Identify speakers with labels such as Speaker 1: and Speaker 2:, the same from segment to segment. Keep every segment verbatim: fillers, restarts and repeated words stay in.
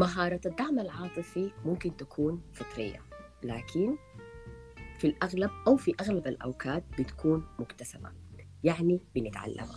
Speaker 1: مهارة الدعم العاطفي ممكن تكون فطرية، لكن في الأغلب أو في أغلب الأوقات بتكون مكتسبة، يعني بنتعلمها.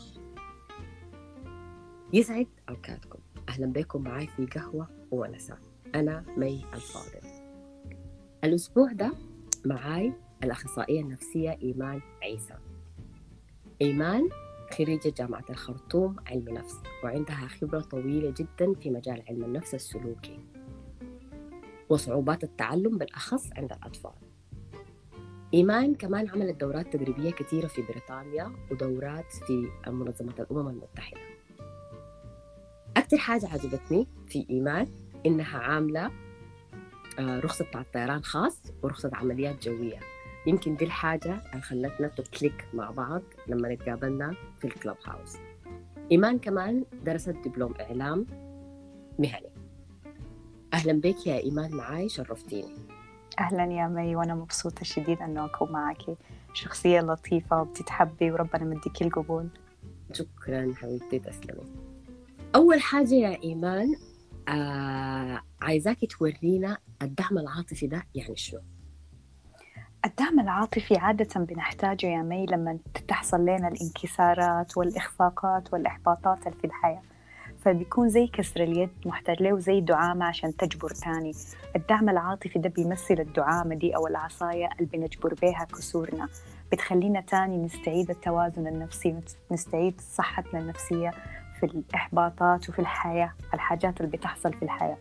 Speaker 1: يسعد أوقاتكم، أهلا بكم معي في قهوة ونساء. أنا مي الفاضل. الأسبوع ده معاي الأخصائية النفسية إيمان عيسى. إيمان خريجة جامعة الخرطوم علم نفس، وعندها خبرة طويلة جدا في مجال علم النفس السلوكي وصعوبات التعلم بالأخص عند الأطفال. إيمان كمان عملت دورات تدريبية كثيرة في بريطانيا ودورات في منظمة الأمم المتحدة. أكثر حاجة عجبتني في إيمان إنها عاملة رخصة بتاع الطيران خاص ورخصة عمليات جوية. يمكن دي الحاجة اللي خلتنا تكليك مع بعض لما نتقابلنا في الكلوب هاوس. إيمان كمان درست دبلوم إعلام مهني. أهلا بك يا إيمان معاي، شرفتيني.
Speaker 2: أهلا يا مي، وأنا مبسوطة شديد أنه أكون معك. شخصية لطيفة وبتتحبي وربنا مديك القبول.
Speaker 1: شكرا حبيبتي، تسلمي. أول حاجة يا إيمان، آه عايزاكي تورينا الدعم العاطفي ده يعني شنو؟
Speaker 2: الدعم العاطفي عادة بنحتاجه يا مي لما تحصل لنا الانكسارات والإخفاقات والإحباطات في الحياة، فبيكون زي كسر اليد محتاج له زي دعامة عشان تجبر تاني. الدعم العاطفي ده بيمثل الدعامة دي أو العصاية اللي بنجبر بيها كسورنا، بتخلينا تاني نستعيد التوازن النفسي، نستعيد صحتنا النفسية في الإحباطات وفي الحياة، الحاجات اللي بتحصل في الحياة.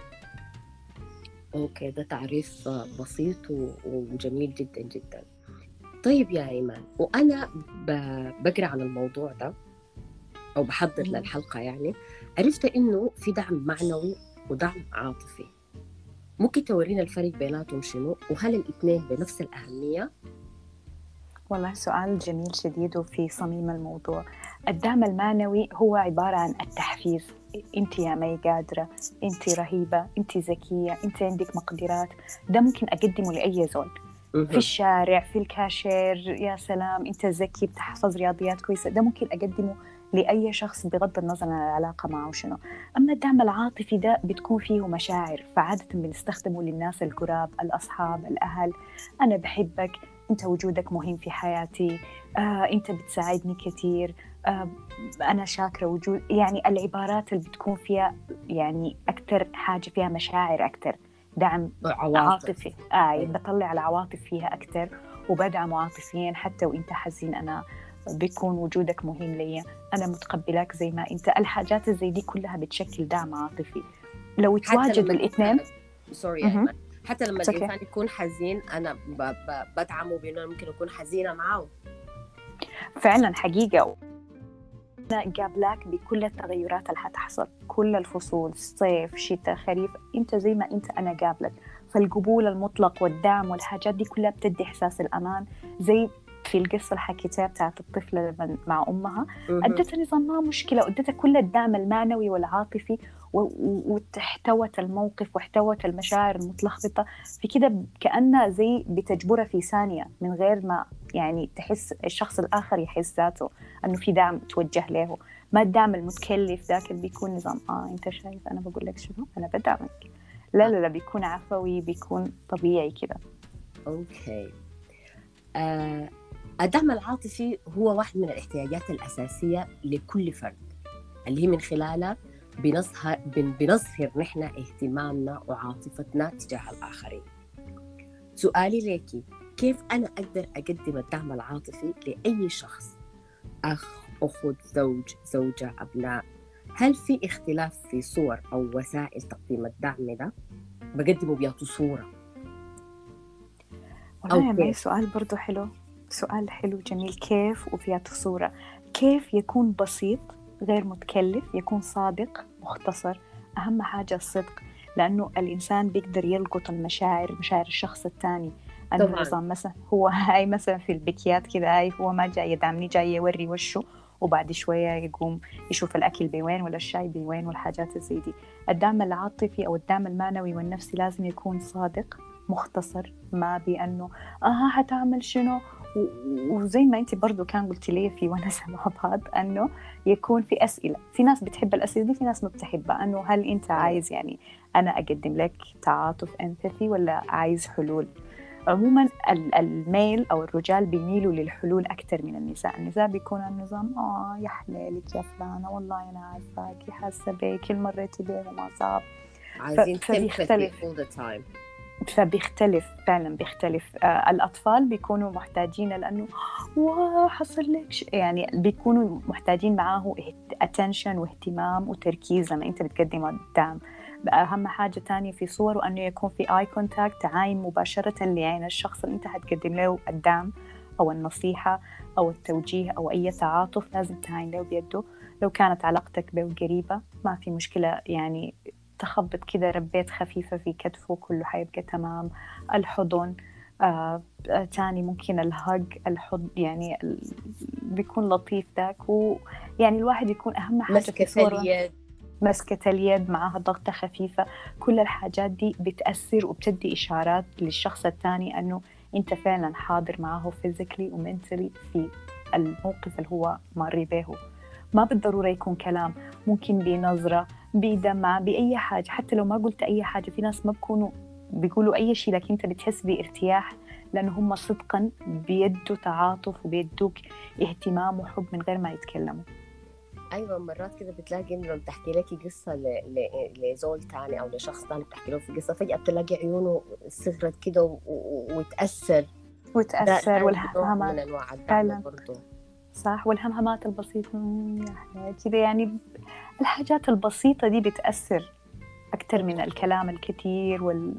Speaker 1: أوكي، ده تعريف بسيط وجميل جدا جدا. طيب يا إيمان، وأنا بقرأ عن الموضوع ده أو بحضر للحلقة، يعني عرفت إنه في دعم معنوي ودعم عاطفي. ممكن تورينا الفرق بيناتهم شنو؟ وهل الاثنين بنفس الأهمية؟
Speaker 2: والله سؤال جميل شديد وفي صميم الموضوع. الدعم المعنوي هو عبارة عن التحفيز. انت يا مي قادرة، انت رهيبة، انت ذكية، انت عندك مقدرات. ده ممكن أقدمه لأي زول في الشارع، في الكاشير، يا سلام انت ذكي بتحفظ رياضيات كويسة. ده ممكن أقدمه لأي شخص بغض النظر عن العلاقة معه شنو. أما الدعم العاطفي ده بتكون فيه مشاعر، فعادة بنستخدمه للناس القراب، الأصحاب، الأهل. أنا بحبك، أنت وجودك مهم في حياتي، آه، أنت بتساعدني كثير، آه، أنا شاكرة وجود. يعني العبارات اللي بتكون فيها يعني أكتر حاجة فيها مشاعر أكتر، دعم
Speaker 1: عواطف.
Speaker 2: عاطفي. آه بطلع العواطف فيها أكتر وبدعم عاطفيا. حتى وإنت حزين أنا بيكون وجودك مهم لي، أنا متقبلاك زي ما أنت. الحاجات زي دي كلها بتشكل دعم عاطفي لو تواجدوا الاثنين.
Speaker 1: سوري يا إيمان، حتى لما الإنسان يكون حزين أنا ب... ب... بدعمه بأنه ممكن أكون حزينة معه.
Speaker 2: فعلا حقيقة أنا قابلاك بكل التغيرات اللي هتحصل، كل الفصول، صيف شتاء خريف، أنت زي ما أنت أنا قابلك. فالقبول المطلق والدعم والحاجات دي كلها بتدي إحساس الأمان. زي في القصة اللي حكيتها بتاعت الطفلة مع أمها، أدتها نظام ما مشكلة، أدتها كل الدعم المعنوي والعاطفي، واحتوت الموقف واحتوت المشاعر المتلخبطة في كده، كأنها زي بتجبرها في ثانية من غير ما يعني تحس الشخص الآخر يحس ذاته أنه في دعم توجه له. ما الدعم المتكلف ذاك اللي بيكون نظام آه أنت شايف أنا بقول لك شنو، أنا بدعمك. لا لا لا، بيكون عفوي، بيكون طبيعي كده.
Speaker 1: أوكي. آه الدعم العاطفي هو واحد من الاحتياجات الأساسية لكل فرد، اللي هي من خلالها بنظهر بنظهر نحن اهتمامنا وعاطفتنا تجاه الآخرين. سؤالي ليكي، كيف أنا أقدر أقدم الدعم العاطفي لأي شخص؟ أخ، أخت، زوج، زوجة، أبناء. هل في اختلاف في صور أو وسائل تقديم الدعم ده؟ بقدمه بيعطوا صورة
Speaker 2: والله يا مي سؤال برضو حلو، سؤال حلو جميل. كيف وفياته صورة؟ كيف يكون بسيط غير متكلف، يكون صادق مختصر. أهم حاجة الصدق، لأنه الإنسان بيقدر يلقط المشاعر، مشاعر الشخص الثاني. أنه نظام مثلا هو هاي مثلا في البكيات كده، هاي هو ما جاي يدعمني، جاي يوري وشه، وبعد شوية يقوم يشوف الأكل بوين ولا الشاي بوين والحاجات زي دي. الدعم العاطفي أو الدعم المعنوي والنفسي لازم يكون صادق مختصر، ما بأنه آه هتعمل شنو وزي ما انت برضو كان قلت لي في ونسة مع بعض انه يكون في اسئله، في ناس بتحب الاسئله دي، في ناس ما بتحبها، انه هل انت عايز يعني انا اقدم لك تعاطف امباثي ولا عايز حلول. عموما الميل او الرجال بيميلوا للحلول اكثر من النساء. النساء بيكون النظام اه يا حلالك يا فلانه والله انا عارفاكي حاسه بيك كل مريتي بيه وما صعب،
Speaker 1: عايزين
Speaker 2: فبيختلف
Speaker 1: all the time.
Speaker 2: فبيختلف فعلا بيختلف. آه الأطفال بيكونوا محتاجين لأنه واو حصل لك يعني بيكونوا محتاجين معاه attention واهتمام وتركيز لما أنت بتقدم الدعم. أهم حاجة تانية في صور وأنه يكون في eye contact، تعاين مباشرة لعين الشخص اللي أنت هتقدم له الدعم أو النصيحة أو التوجيه أو أي تعاطف، لازم تعاين له بيده. لو كانت علاقتك به قريبة ما في مشكلة، يعني تخبط كده ربيت خفيفة في كتفه كله حيبقى تمام. الحضن آه، آه، تاني ممكن الهج الحضن يعني ال... بيكون لطيف ذاك، ويعني الواحد يكون أهم حاجة
Speaker 1: مسكة اليد،
Speaker 2: مسكة اليد معها ضغطة خفيفة. كل الحاجات دي بتأثر وبتدي إشارات للشخص الثاني أنه أنت فعلا حاضر معه فيزيكلي ومنتلي في الموقف اللي هو مر به. ما بالضرورة يكون كلام، ممكن بنظرة بدمع بأي حاجة، حتى لو ما قلت أي حاجة. في ناس ما بيكونوا بيقولوا أي شيء لكن أنت بتحس بارتياح لأنه هم صدقا بيدوا تعاطف وبيدوك اهتمام وحب من غير ما يتكلموا.
Speaker 1: أيوة مرات كده بتلاقي إنه بتحكي لك قصة ل... ل... لزول تاني أو لشخص تاني بتحكي له في قصة، فجأة بتلاقي عيونه صغرت كده و... و... وتأثر
Speaker 2: وتأثر والهمهمات
Speaker 1: من أنواع الدعم برضو.
Speaker 2: صح، والهمهمات البسيطة يا كده يعني الحاجات البسيطة دي بتأثر أكتر من الكلام الكثير وال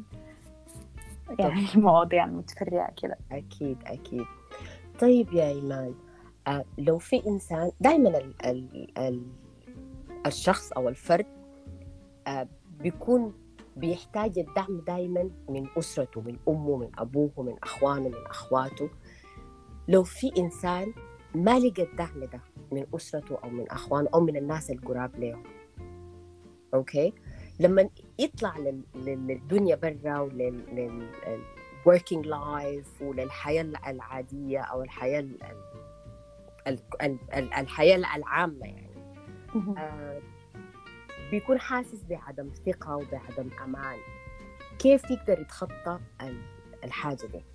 Speaker 2: يعني المواضيع المتفرعة كده.
Speaker 1: أكيد أكيد. طيب يا إيمان، آه لو في إنسان دائما ال ال ال الشخص أو الفرد آه بيكون بيحتاج الدعم دائما من أسرته، من أمه، من أبوه، من أخوانه، من أخواته. لو في إنسان ما لقى الدعم ده من أسرته أو من أخوانه أو من الناس القراب له، أوكي، لما يطلع للدنيا برا ولل working life وللحياة العادية أو الحياة ال ال ال الحياة العامة يعني آه بيكون حاسس بعدم ثقة وبعدم أمان. كيف يقدر يتخطى الحاجة دي؟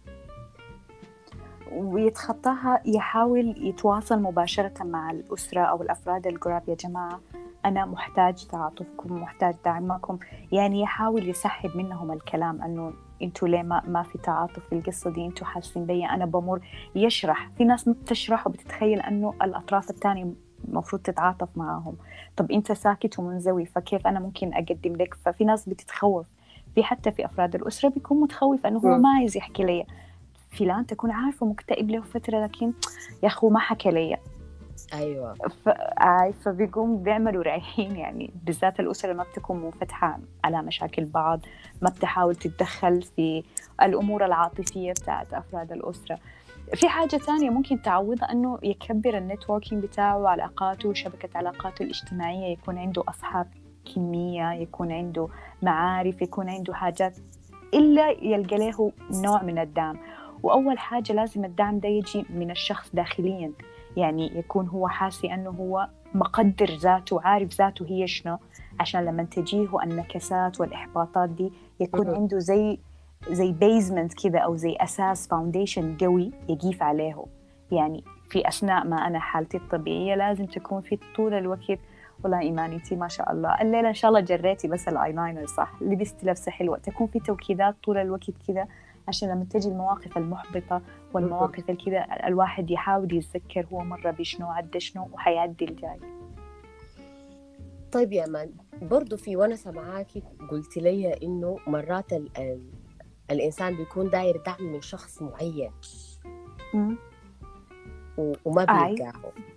Speaker 2: ويتخطاها يحاول يتواصل مباشرة مع الأسرة أو الأفراد القراب. يا جماعة أنا محتاج تعاطفكم، محتاج دعمكم، يعني يحاول يسحب منهم الكلام أنه أنتوا ليه ما, ما في تعاطف في القصة دي، أنتوا حاسين بي أنا بمر. يشرح، في ناس ما بتشرح وبتتخيل أنه الأطراف الثانية مفروض تتعاطف معهم. طب أنت ساكت ومنزوي فكيف أنا ممكن أقدم لك؟ ففي ناس بتتخوف، في حتى في أفراد الأسرة بيكون متخوف أنه هو ما عايز يحكي لي. فلان تكون عارفه مكتئب له فترة لكن يا أخو ما حكى لي.
Speaker 1: أيوة
Speaker 2: ف... فبيقوم بيعملوا رايحين، يعني بالذات الأسرة ما بتكون منفتحة على مشاكل بعض، ما بتحاول تتدخل في الأمور العاطفية بتاعت أفراد الأسرة. في حاجة تانية ممكن تعوضها أنه يكبر النتوركينج بتاعه وعلاقاته وشبكة علاقاته الاجتماعية، يكون عنده أصحاب كمية، يكون عنده معارف، يكون عنده حاجات إلا يلقى له نوع من الدعم. وأول حاجة لازم الدعم ده يجي من الشخص داخلياً، يعني يكون هو حاسي أنه هو مقدر ذاته وعارف ذاته هي شنو، عشان لما تجيه النكسات والإحباطات دي يكون عنده زي زي بيزمنت كده أو زي أساس فاونديشن قوي يقيف عليه. يعني في أثناء ما أنا حالتي الطبيعية لازم تكون في طول الوقت والله إيمان أنتي ما شاء الله الليلة إن شاء الله جريتي بس الآيلاينر صح، لبستي لبسة حلوة، تكون في توكيدات طول الوقت كده عشان لما تجي المواقف المحبطة والمواقف الكذا الواحد يحاول يتذكر هو مرة بشنو عدى شنو وحيعدي الجاي.
Speaker 1: طيب يا مان، برضو في ونسة معاكي قلت لي إنه مرات ال ال الإنسان بيكون داير دعم من شخص معين وما بيلقاه.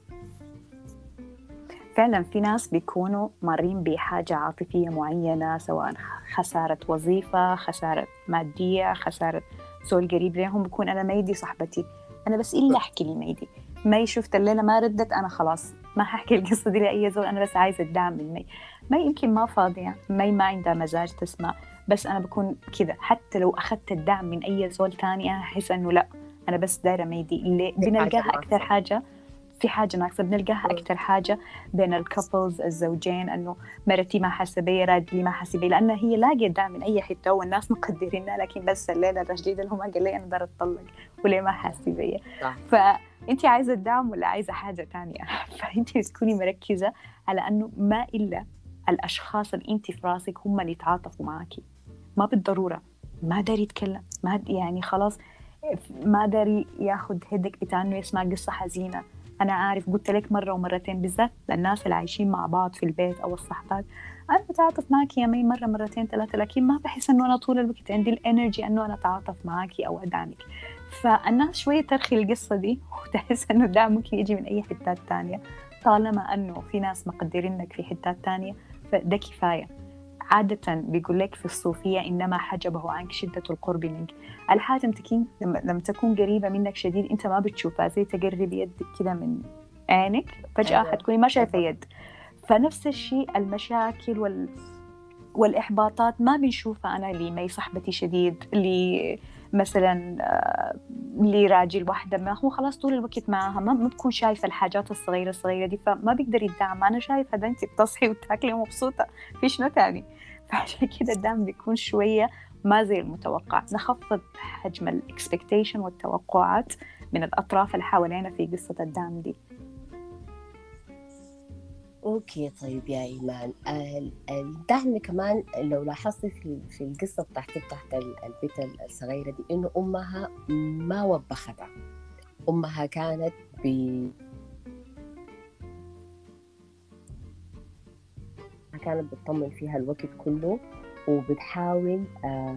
Speaker 2: فعلا في ناس بيكونوا مارين بحاجة عاطفية معينة، سواء خسارة وظيفة، خسارة مادية، خسارة زول قريب لهم، بيكون أنا ميدي صاحبتي أنا بس إلا أحكي لي ميدي مي شفت الليلة ما ردت أنا خلاص ما ححكي القصة دي لأي زول، أنا بس عايزة الدعم من مي. مي يمكن ما فاضية، مي ما عندها مزاج تسمع، بس أنا بكون كذا. حتى لو أخذت الدعم من أي زول تاني أنا أحس أنه لا أنا بس دايرة ميدي اللي بنلقاها أكثر حاجة في حاجة ناقصة، بنلقاها أكثر حاجة بين الكابلز الزوجين، أنه مرتي ما حاسة بي، راجلي ما حاسة بي، لأن هي لاقية دعم من أي حتة والناس مقدرينها، لكن بس الليلة الجديدة اللي هم قال لي أنا دار أتطلق وليه ما حاسة بي. فأنت عايزة الدعم ولا عايزة حاجة تانية؟ فأنت تكوني مركزة على أنه ما إلا الأشخاص اللي أنت في راسك هم اللي يتعاطفوا معك، ما بالضرورة ما داري يتكلم، ما يعني خلاص ما داري ياخد هدك بتاع انه يسمع قصة حزينة. انا عارف قلت لك مرة ومرتين بالذات للناس اللي عايشين مع بعض في البيت او الصحبات، انا بتعاطف معك يا مي مرة مرتين ثلاثة، لكن ما بحس انه انا طول الوقت عندي الانرجي انه انا اتعاطف معك او ادعمك. فالناس شوية ترخي القصة دي وتحس انه الدعم ممكن يجي من اي حتات تانية، طالما انه في ناس مقدرينك في حتات تانية فده كفاية. عادة بيقول لك في الصوفية إنما حجبه عنك شدة القرب منك. الحاجة تكين لما تكون قريبة منك شديد أنت ما بتشوفها، زي تقرب يدك كده من عينك فجأة أيوة. حتكوني ما شايفة يد. فنفس الشيء المشاكل وال... والإحباطات ما بنشوفها. أنا اللي ما صاحبتي شديد اللي مثلا اللي راجل واحدة ما هو خلاص طول الوقت معها ما بتكون شايفة الحاجات الصغيرة الصغيرة دي فما بيقدر يدعم. أنا شايفة ده أنت بتصحي وتاكلي ومبسوطة في شنو تاني. فعشان كده الدعم بيكون شوية ما زي المتوقع. نخفض حجم الإكسبكتيشن والتوقعات من الأطراف اللي حوالينا في قصة الدعم دي.
Speaker 1: أوكي طيب يا إيمان، الدعم كمان لو لاحظتي في في القصة بتاعتي بتاعت البنت الصغيرة دي إنه أمها ما وبختها، أمها كانت ب كانت بتطمن فيها الوقت كله وبتحاول آه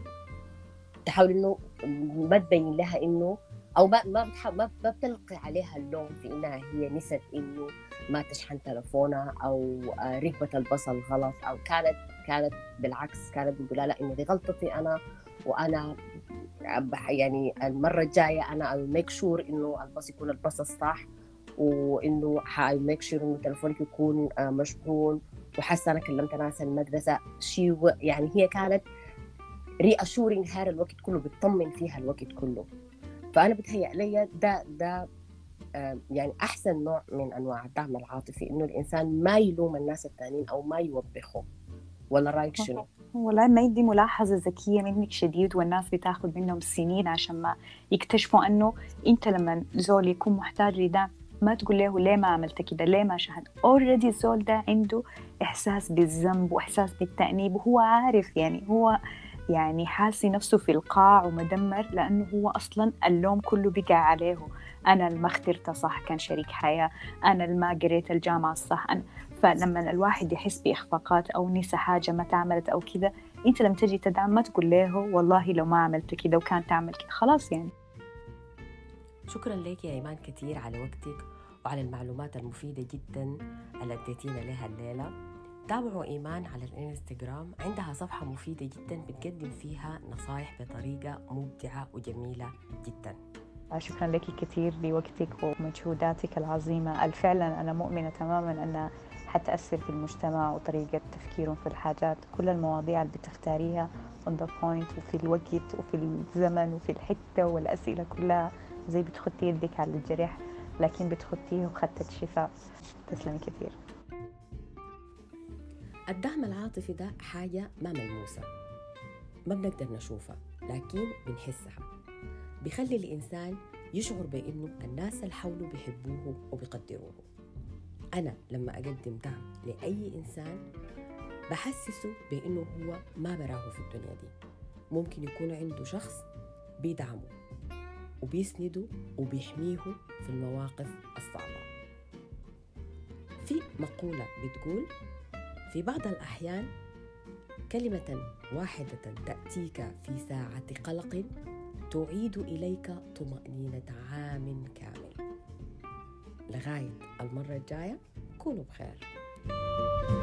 Speaker 1: تحاول إنه ما تبين لها إنه أو ما ما ما بتلقي عليها اللوم في إنها هي نسيت إنه ما تشحن تلفونها أو ركبت الباص الغلط، أو كانت كانت بالعكس كانت بتقول لا إنه دي غلطتي أنا وأنا يعني المرة الجاية أنا I'll make sure إنه الباص يكون الباص الصح، وإنه I'll make sure إنه تلفونك يكون مشحون، وحاسة أنا كلمت ناس المدرسة شيء يعني هي كانت reassuring هذا الوقت كله بتطمن فيها الوقت كله. فأنا بتهيأ لي ده ده يعني أحسن نوع من أنواع الدعم العاطفي، إنه الإنسان ما يلوم الناس التانيين أو ما يوبخه. ولا رأيك شنو؟
Speaker 2: والله ما يدي ملاحظة ذكية منك شديد، والناس بتاخد منهم سنين عشان ما يكتشفوا أنه أنت لما زول يكون محتاج لدعم ما تقول له ليه ما عملت كده ليه ما شهد. أوريدي الزول ده عنده إحساس بالذنب وإحساس بالتأنيب وهو عارف يعني هو يعني حاسي نفسه في القاع ومدمر، لأنه هو أصلاً اللوم كله بقى عليه. أنا اللي ما اخترت صح كان شريك حياة، أنا اللي ما قريت الجامعة الصح. أنا فلما الواحد يحس بإخفاقات أو نسى حاجة ما تعملت أو كذا، أنت لما تجي تدعم ما تقول له والله لو ما عملت كذا وكان تعمل كذا خلاص يعني.
Speaker 1: شكراً لك يا إيمان كثير على وقتك وعلى المعلومات المفيدة جداً اللي اديتينا لها الليلة. تابعوا إيمان على الانستغرام، عندها صفحة مفيدة جدا بتقدم فيها نصايح بطريقة مبدعة وجميلة جدا.
Speaker 2: شكرا لك كثير لوقتك ومجهوداتك العظيمة. فعلا أنا مؤمنة تماما أنها حتأثر في المجتمع وطريقة تفكيرهم في الحاجات. كل المواضيع اللي بتختاريها on the point وفي الوقت وفي الزمن وفي الحتة والأسئلة كلها زي بتخطي يدك على الجرح لكن بتخطيه وخدت شفاء. تسلمي كثير.
Speaker 1: الدعم العاطفي ده حاجة ما ملموسة ما بنقدر نشوفها لكن بنحسها، بيخلي الإنسان يشعر بأنه الناس اللي حوله بيحبوه وبيقدروه. أنا لما أقدم دعم لأي إنسان بحسسه بأنه هو ما براه في الدنيا دي. ممكن يكون عنده شخص بيدعمه وبيسنده وبيحميه في المواقف الصعبة. في مقولة بتقول في بعض الأحيان كلمة واحدة تأتيك في ساعة قلق تعيد إليك طمأنينة عام كامل. لغاية المرة الجاية كونوا بخير.